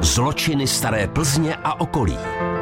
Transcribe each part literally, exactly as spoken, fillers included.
Zločiny Staré Plzně a okolí.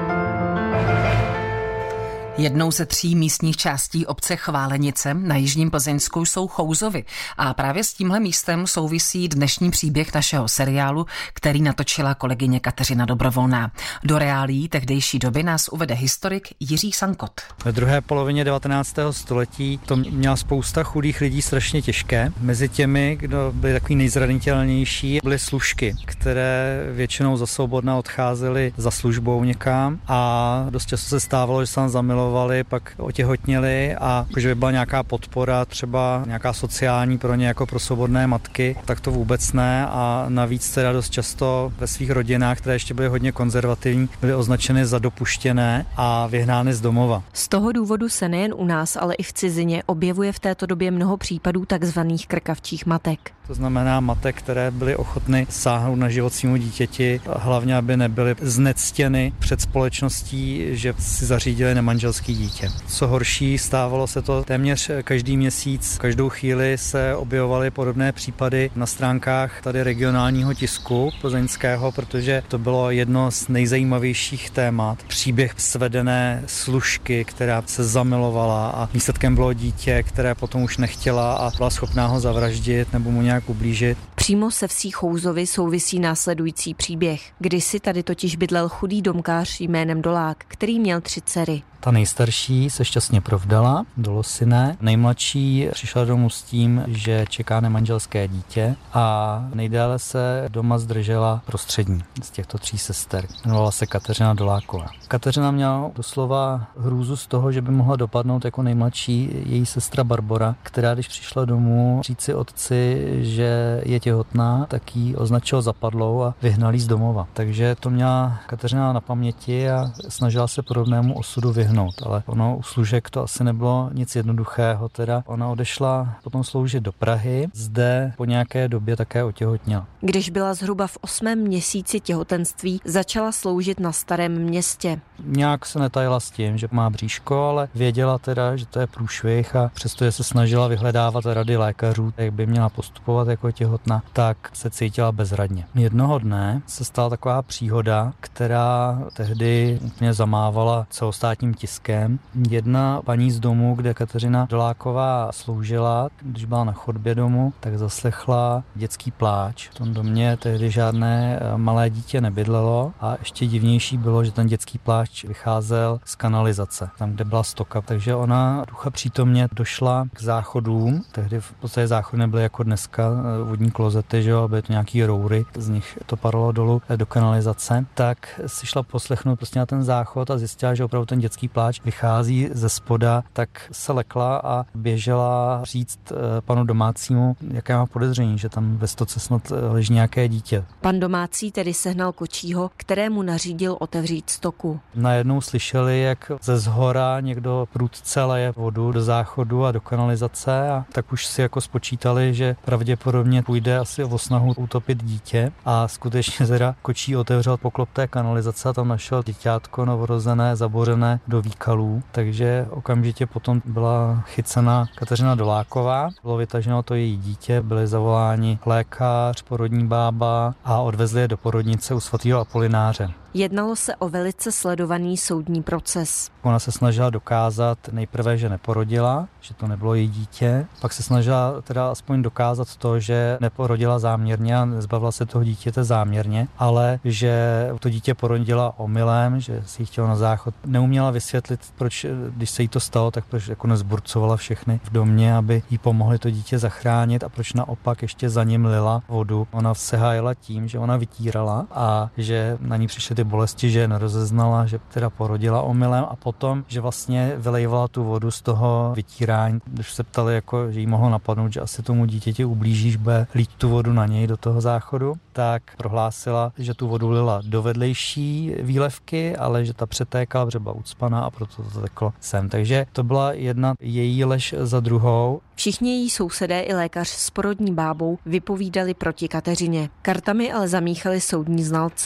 Jednou ze tří místních částí obce Chválenice na jižním Plzeňsku jsou Chouzovy a právě s tímhle místem souvisí dnešní příběh našeho seriálu, který natočila kolegyně Kateřina Dobrovolná. Do reálí tehdejší doby nás uvede historik Jiří Sankot. Ve druhé polovině devatenáctého století to měla spousta chudých lidí strašně těžké. Mezi těmi, kdo byli takový nejzranitelnější, byly služky, které většinou za svobodna odcházely za službou někam a dost často se stávalo, že se tam zamilovali, pak otěhotněli a že by byla nějaká podpora, třeba nějaká sociální pro ně jako pro svobodné matky, tak to vůbec ne a navíc teda dost často ve svých rodinách, které ještě byly hodně konzervativní, byly označeny za dopuštěné a vyhnány z domova. Z toho důvodu se nejen u nás, ale i v cizině objevuje v této době mnoho případů takzvaných krkavčích matek. To znamená matek, které byly ochotny sáhnout na život svému dítěti, hlavně aby nebyly znectěny před společností, že si zařídili nemanželský dítě. Co horší, stávalo se to téměř každý měsíc, každou chvíli se objevovaly podobné případy na stránkách tady regionálního tisku plzeňského, protože to bylo jedno z nejzajímavějších témat. Příběh svedené služky, která se zamilovala a výsledkem bylo dítě, které potom už nechtěla a byla schopná ho zavraždit nebo mu nějak ublížit. Přímo se vsí Chouzovy souvisí následující příběh. Kdysi tady totiž bydlel chudý domkář jménem Dolák, který měl tři dcery. Ta nejstarší se šťastně provdala do Losine, nejmladší přišla domů s tím, že čeká nemanželské dítě a nejdéle se doma zdržela prostřední z těchto tří sester. Jmenovala se Kateřina Doláková. Kateřina měla doslova hrůzu z toho, že by mohla dopadnout jako nejmladší její sestra Barbora, která když přišla domů říci otci, že je těhotná, tak ji označil za padlou a vyhnal z domova. Takže to měla Kateřina na paměti a snažila se podobnému osudu vyhnout. Ale ono u služek to asi nebylo nic jednoduchého, teda ona odešla potom sloužit do Prahy, zde po nějaké době také otěhotněla. Když byla zhruba v osmém měsíci těhotenství, začala sloužit na Starém Městě. Nějak se netajila s tím, že má bříško, ale věděla teda, že to je průšvih a přestože se snažila vyhledávat rady lékařů, jak by měla postupovat jako těhotná, tak se cítila bezradně. Jednoho dne se stala taková příhoda, která tehdy úplně zamávala celostátním tiskem. Jedna paní z domu, kde Kateřina Doláková sloužila, když byla na chodbě domu, tak zaslechla dětský pláč. V tom domě tehdy žádné malé dítě nebydlelo a ještě divnější bylo, že ten dětský pláč vycházel z kanalizace, tam, kde byla stoka. Takže ona ducha přítomně došla k záchodům. Tehdy v podstatě záchody nebyly jako dneska vodní klozety, že jo, byly to nějaký roury, z nich to padalo dolů do kanalizace. Tak si šla poslechnout prostě na ten záchod a zjistila, že opravdu ten dětský pláč vychází ze spoda, tak se lekla a běžela říct panu domácímu, jaké má podezření, že tam ve stoce snad leží nějaké dítě. Pan domácí tedy sehnal kočího, kterému nařídil otevřít stoku. Najednou slyšeli, jak ze zhora někdo prudce leje vodu do záchodu a do kanalizace a tak už si jako spočítali, že pravděpodobně půjde asi o snahu utopit dítě a skutečně teda kočí otevřel poklop té kanalizace a tam našel děťátko novorozené, zabořené do výkalů, takže okamžitě potom byla chycena Kateřina Doláková, bylo vytaženo to její dítě, byli zavoláni lékař, porodní bába a odvezli je do porodnice u svatého Apolináře. Jednalo se o velice sledovaný soudní proces. Ona se snažila dokázat nejprve, že neporodila, že to nebylo její dítě, pak se snažila teda aspoň dokázat to, že neporodila záměrně a nezbavila se toho dítěte záměrně, ale že to dítě porodila omylem, že si ji chtěla na záchod. Neuměla vysvětlit, proč, když se jí to stalo, tak proč jako nezburcovala všechny v domě, aby jí pomohli to dítě zachránit a proč naopak ještě za ním lila vodu. Ona se hájila tím, že ona vytírala a že na ní přišly ty bolesti, že nerozeznala, že teda porodila omylem a potom, že vlastně vylejvala tu vodu z toho vytírání. Když se ptali, jako, že jí mohlo napadnout, že asi tomu dítěti ublížíš, bude lít tu vodu na něj do toho záchodu, tak prohlásila, že tu vodu lila do vedlejší výlevky, ale že ta přetékala, protože byla ucpaná a proto to teklo sem. Takže to byla jedna její lež za druhou. Všichni její sousedé i lékař s porodní bábou vypovídali proti Kateřině. Kartami ale zamíchali soudní znalci.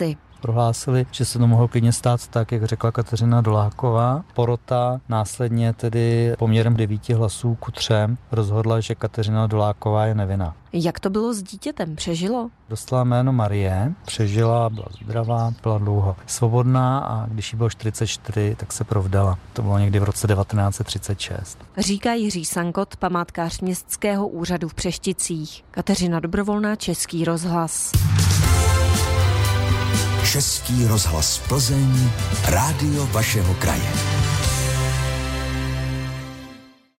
prohlásili, že se to mohlo klidně stát tak, jak řekla Kateřina Doláková. Porota následně tedy poměrem devíti hlasů ku třem rozhodla, že Kateřina Doláková je nevinná. Jak to bylo s dítětem? Přežilo? Dostala jméno Marie, přežila, byla zdravá, byla dlouho svobodná a když jí bylo čtyřicet čtyři, tak se provdala. To bylo někdy v roce devatenáct set třicet šest. Říká Jiří Sankot, památkář Městského úřadu v Přešticích. Kateřina Dobrovolná, Český rozhlas. Český rozhlas Plzeň, rádio vašeho kraje.